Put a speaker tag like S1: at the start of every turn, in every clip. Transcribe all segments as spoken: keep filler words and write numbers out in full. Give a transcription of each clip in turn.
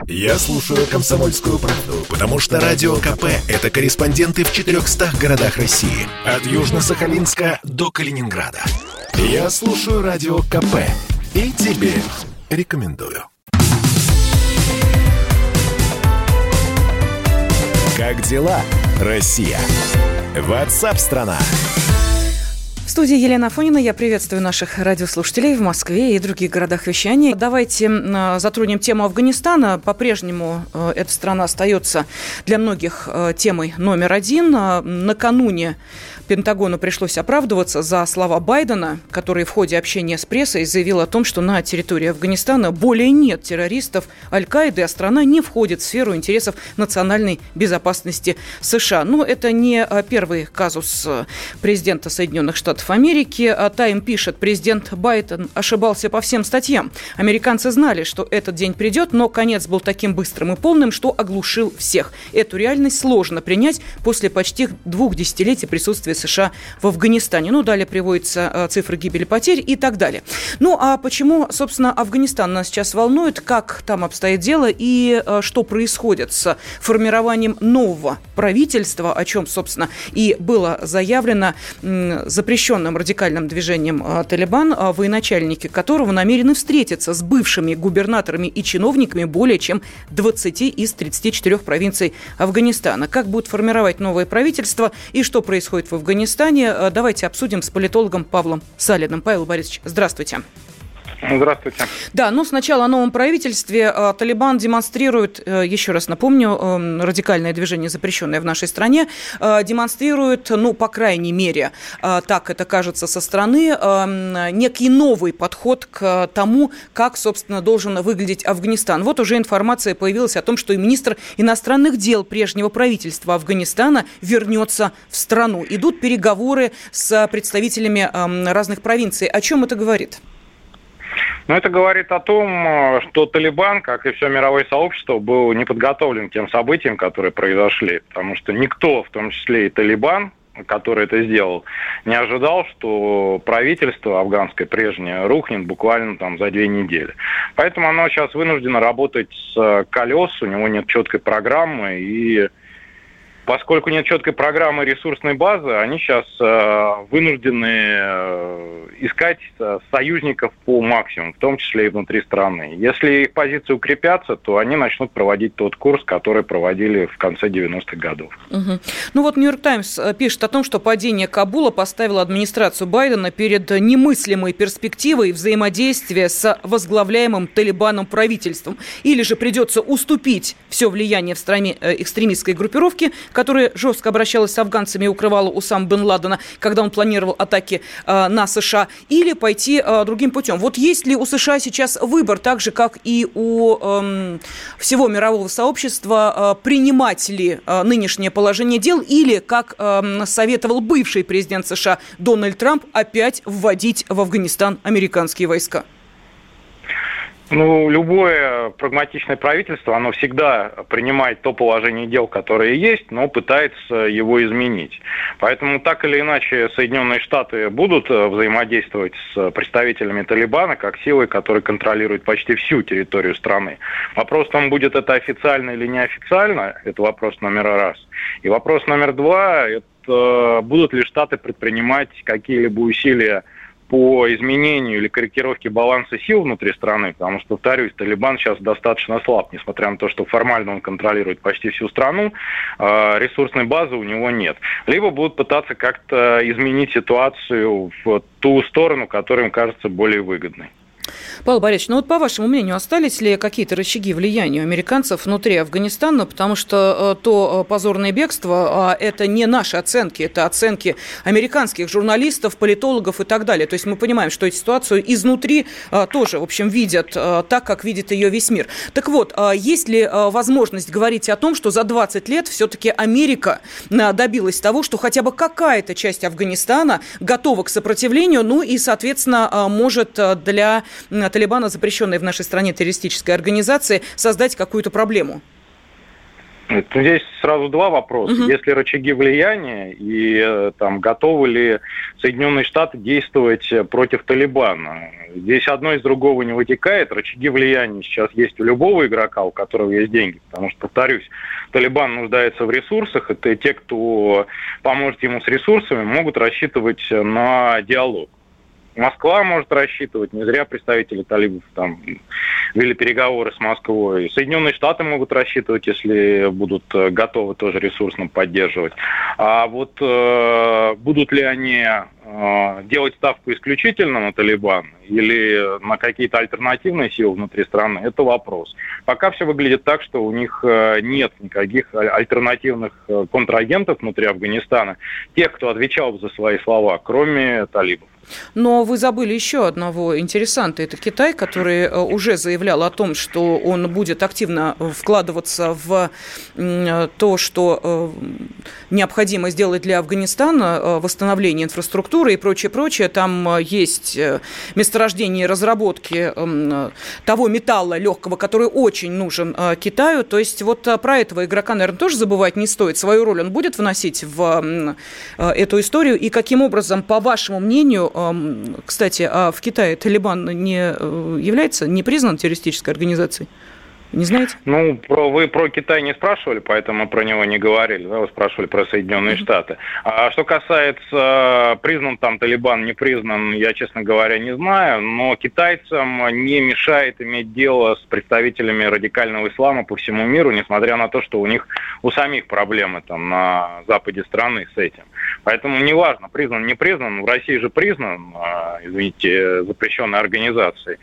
S1: Я слушаю «Комсомольскую правду», потому что Радио КП – это корреспонденты в четырехстах городах России. От Южно-Сахалинска до Калининграда. Я слушаю Радио КП и тебе рекомендую. Как дела, Россия? Ватсап-страна!
S2: В студии Елена Афонина. Я приветствую наших радиослушателей в Москве и других городах вещания. Давайте затронем тему Афганистана. По-прежнему эта страна остается для многих темой номер один. Накануне Пентагону пришлось оправдываться за слова Байдена, который в ходе общения с прессой заявил о том, что на территории Афганистана более нет террористов Аль-Каиды, а страна не входит в сферу интересов национальной безопасности США. Но это не первый казус президента Соединенных Штатов Америки. Тайм пишет, президент Байден ошибался по всем статьям. Американцы знали, что этот день придет, но конец был таким быстрым и полным, что оглушил всех. Эту реальность сложно принять после почти двух десятилетий присутствия США в Афганистане. Ну, далее приводятся цифры гибели, потерь и так далее. Ну, а почему, собственно, Афганистан нас сейчас волнует, как там обстоит дело и что происходит с формированием нового правительства, о чем, собственно, и было заявлено запрещенным радикальным движением «Талибан», военачальники которого намерены встретиться с бывшими губернаторами и чиновниками более чем двадцати из тридцати четырёх провинций Афганистана. Как будут формировать новое правительство и что происходит в Афганистане, давайте обсудим с политологом Павлом Салиным. Павел Борисович, здравствуйте.
S3: Здравствуйте.
S2: Да, ну сначала о новом правительстве. Талибан демонстрирует, еще раз напомню, радикальное движение, запрещенное в нашей стране, демонстрирует, ну, по крайней мере, так это кажется со стороны, некий новый подход к тому, как, собственно, должен выглядеть Афганистан. Вот уже информация появилась о том, что и министр иностранных дел прежнего правительства Афганистана вернется в страну. Идут переговоры с представителями разных провинций. О чем это говорит?
S3: Но это говорит о том, что Талибан, как и все мировое сообщество, был не подготовлен к тем событиям, которые произошли. Потому что никто, в том числе и Талибан, который это сделал, не ожидал, что правительство афганское прежнее рухнет буквально там за две недели. Поэтому оно сейчас вынуждено работать с колес, у него нет четкой программы, и поскольку нет четкой программы ресурсной базы, они сейчас э, вынуждены э, искать э, союзников по максимуму, в том числе и внутри страны. Если их позиции укрепятся, то они начнут проводить тот курс, который проводили в конце девяностых годов.
S2: Угу. Ну вот «Нью-Йорк Таймс» пишет о том, что падение Кабула поставило администрацию Байдена перед немыслимой перспективой взаимодействия с возглавляемым Талибаном правительством. Или же придется уступить все влияние в стране экстремистской группировки, которая жестко обращалась с афганцами и укрывала Усаму бен Ладена, когда он планировал атаки э, на США, или пойти э, другим путем. Вот есть ли у США сейчас выбор, так же, как и у э, всего мирового сообщества, э, принимать ли э, нынешнее положение дел, или, как э, советовал бывший президент США Дональд Трамп, опять вводить в Афганистан американские войска?
S3: Ну, любое прагматичное правительство, оно всегда принимает то положение дел, которое есть, но пытается его изменить. Поэтому так или иначе Соединенные Штаты будут взаимодействовать с представителями Талибана как силой, которая контролирует почти всю территорию страны. Вопрос в том, будет это официально или неофициально, это вопрос номер раз. И вопрос номер два, это будут ли Штаты предпринимать какие-либо усилия по изменению или корректировке баланса сил внутри страны, потому что, повторюсь, Талибан сейчас достаточно слаб, несмотря на то, что формально он контролирует почти всю страну, ресурсной базы у него нет. Либо будут пытаться как-то изменить ситуацию в ту сторону, которая им кажется более выгодной.
S2: Павел Борисович, ну вот по вашему мнению, остались ли какие-то рычаги влияния у американцев внутри Афганистана, потому что то позорное бегство, это не наши оценки, это оценки американских журналистов, политологов и так далее. То есть мы понимаем, что эту ситуацию изнутри тоже, в общем, видят так, как видит ее весь мир. Так вот, есть ли возможность говорить о том, что за двадцать лет все-таки Америка добилась того, что хотя бы какая-то часть Афганистана готова к сопротивлению, ну и, соответственно, может для Талибана, запрещенной в нашей стране террористической организации, создать какую-то проблему?
S3: Здесь сразу два вопроса. Угу. Есть ли рычаги влияния и там, готовы ли Соединенные Штаты действовать против Талибана? Здесь одно из другого не вытекает. Рычаги влияния сейчас есть у любого игрока, у которого есть деньги. Потому что, повторюсь, Талибан нуждается в ресурсах. Это те, кто поможет ему с ресурсами, могут рассчитывать на диалог. Москва может рассчитывать, не зря представители талибов там вели переговоры с Москвой. Соединенные Штаты могут рассчитывать, если будут готовы тоже ресурсно поддерживать. А вот э, будут ли они э, делать ставку исключительно на Талибан или на какие-то альтернативные силы внутри страны, это вопрос. Пока все выглядит так, что у них нет никаких альтернативных контрагентов внутри Афганистана, тех, кто отвечал за свои слова, кроме талибов.
S2: Но вы забыли еще одного интересанта. Это Китай, который уже заявлял о том, что он будет активно вкладываться в то, что необходимо сделать для Афганистана, восстановление инфраструктуры и прочее, прочее. Там есть месторождение разработки того металла легкого, который очень нужен Китаю. То есть вот про этого игрока, наверное, тоже забывать не стоит. Свою роль он будет вносить в эту историю. И каким образом, по вашему мнению, кстати, а в Китае Талибан не является, не признан террористической организацией? Не знаете?
S3: Ну, про, вы про Китай не спрашивали, поэтому про него не говорили. Да? Вы спрашивали про Соединенные mm-hmm. Штаты. А что касается, признан там Талибан, не признан, я, честно говоря, не знаю. Но китайцам не мешает иметь дело с представителями радикального ислама по всему миру, несмотря на то, что у них у самих проблемы там на западе страны с этим. Поэтому неважно, признан, не признан. В России же признан, извините, запрещенной организацией.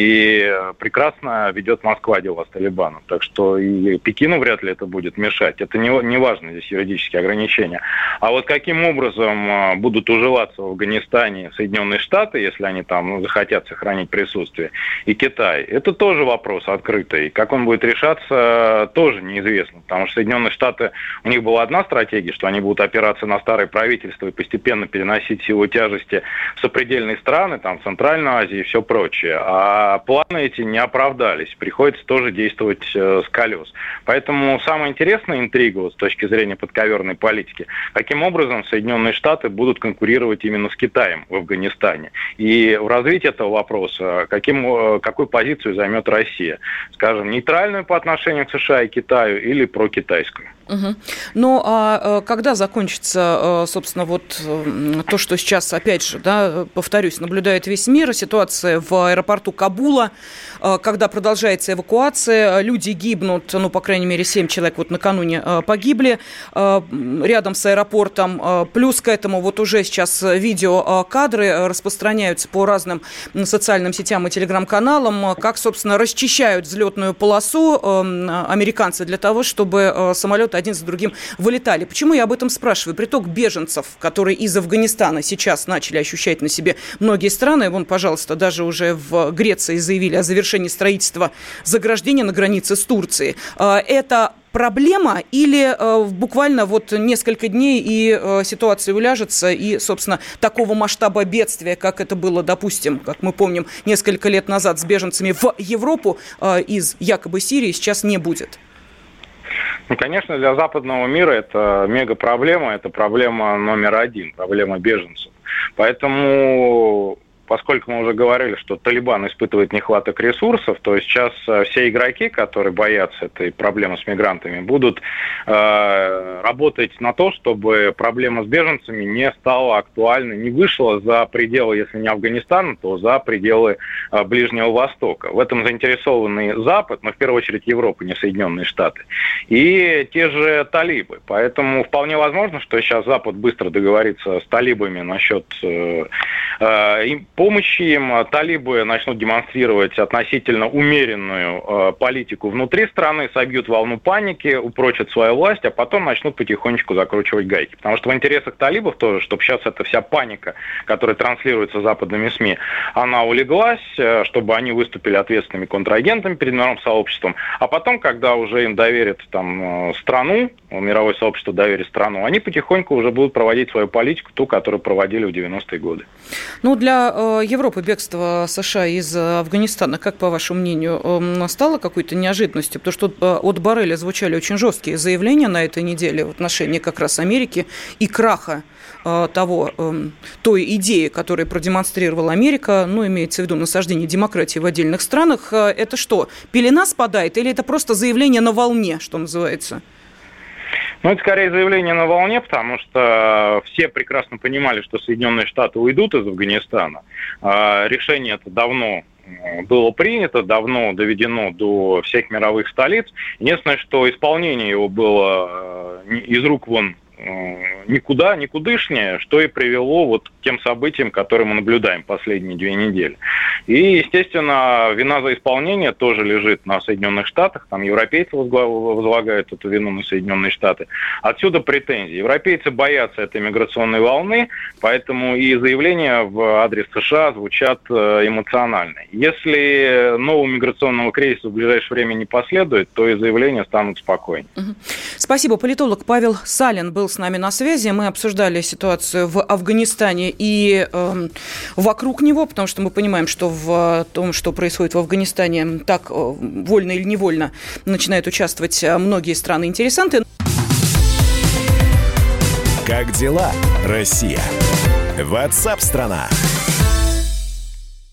S3: И прекрасно ведет Москва дела с Талибаном. Так что и Пекину вряд ли это будет мешать. Это не, не важно, здесь юридические ограничения. А вот каким образом будут уживаться в Афганистане Соединенные Штаты, если они там ну, захотят сохранить присутствие, и Китай, это тоже вопрос открытый. Как он будет решаться, тоже неизвестно. Потому что Соединенные Штаты, у них была одна стратегия, что они будут опираться на старое правительство и постепенно переносить силу тяжести в сопредельные страны, там, в Центральную Азию и все прочее. А планы эти не оправдались. Приходится тоже действовать действовать э, с колес. Поэтому самая интересная интрига вот, с точки зрения подковерной политики, каким образом Соединенные Штаты будут конкурировать именно с Китаем в Афганистане. И в развитии этого вопроса, каким, э, какую позицию займет Россия? Скажем, нейтральную по отношению к США и Китаю или прокитайскую?
S2: Угу. Ну, а когда закончится, собственно, вот то, что сейчас, опять же, да, повторюсь, наблюдает весь мир, ситуация в аэропорту Кабула, когда продолжается эвакуация, люди гибнут, ну, по крайней мере, семь человек вот накануне погибли рядом с аэропортом, плюс к этому вот уже сейчас видеокадры распространяются по разным социальным сетям и телеграм-каналам, как, собственно, расчищают взлетную полосу американцы для того, чтобы самолеты один за другим вылетали. Почему я об этом спрашиваю? Приток беженцев, которые из Афганистана сейчас начали ощущать на себе многие страны. Вон, пожалуйста, даже уже в Греции заявили о завершении строительства заграждения на границе с Турцией. Это проблема или буквально вот несколько дней и ситуация уляжется, и, собственно, такого масштаба бедствия, как это было, допустим, как мы помним, несколько лет назад с беженцами в Европу из якобы Сирии, сейчас не будет?
S3: Ну, конечно, для западного мира это мега-проблема, это проблема номер один, проблема беженцев. Поэтому, поскольку мы уже говорили, что Талибан испытывает нехваток ресурсов, то сейчас все игроки, которые боятся этой проблемы с мигрантами, будут э, работать на то, чтобы проблема с беженцами не стала актуальной, не вышла за пределы, если не Афганистана, то за пределы э, Ближнего Востока. В этом заинтересованы Запад, но в первую очередь Европа, не Соединенные Штаты, и те же талибы. Поэтому вполне возможно, что сейчас Запад быстро договорится с талибами насчет э, э, помощи им. Талибы начнут демонстрировать относительно умеренную э, политику внутри страны, собьют волну паники, упрочат свою власть, а потом начнут потихонечку закручивать гайки. Потому что в интересах талибов тоже, чтобы сейчас эта вся паника, которая транслируется западными СМИ, она улеглась, э, чтобы они выступили ответственными контрагентами перед мировым сообществом, а потом, когда уже им доверят там, э, страну, мировое сообщество доверит страну, они потихоньку уже будут проводить свою политику, ту, которую проводили в девяностые годы.
S2: Ну, для Европы бегство США из Афганистана, как, по вашему мнению, стало какой-то неожиданностью? Потому что от Борреля звучали очень жесткие заявления на этой неделе в отношении как раз Америки и краха того, той идеи, которую продемонстрировала Америка, ну, имеется в виду насаждение демократии в отдельных странах. Это что, пелена спадает или это просто заявление на волне, что называется?
S3: Ну, это скорее заявление на волне, потому что все прекрасно понимали, что Соединенные Штаты уйдут из Афганистана. Решение это давно было принято, давно доведено до всех мировых столиц. Единственное, что исполнение его было из рук вон никуда, никудышнее, что и привело вот к тем событиям, которые мы наблюдаем последние две недели. И, естественно, вина за исполнение тоже лежит на Соединенных Штатах. Там европейцы возлагают эту вину на Соединенные Штаты. Отсюда претензии. Европейцы боятся этой миграционной волны, поэтому и заявления в адрес США звучат эмоционально. Если нового миграционного кризиса в ближайшее время не последует, то и заявления станут спокойнее.
S2: Спасибо. Политолог Павел Салин был с нами на связи. Мы обсуждали ситуацию в Афганистане и э, вокруг него, потому что мы понимаем, что в том, что происходит в Афганистане, так вольно или невольно начинают участвовать многие страны-интересанты.
S1: Как дела, Россия? WhatsApp-страна.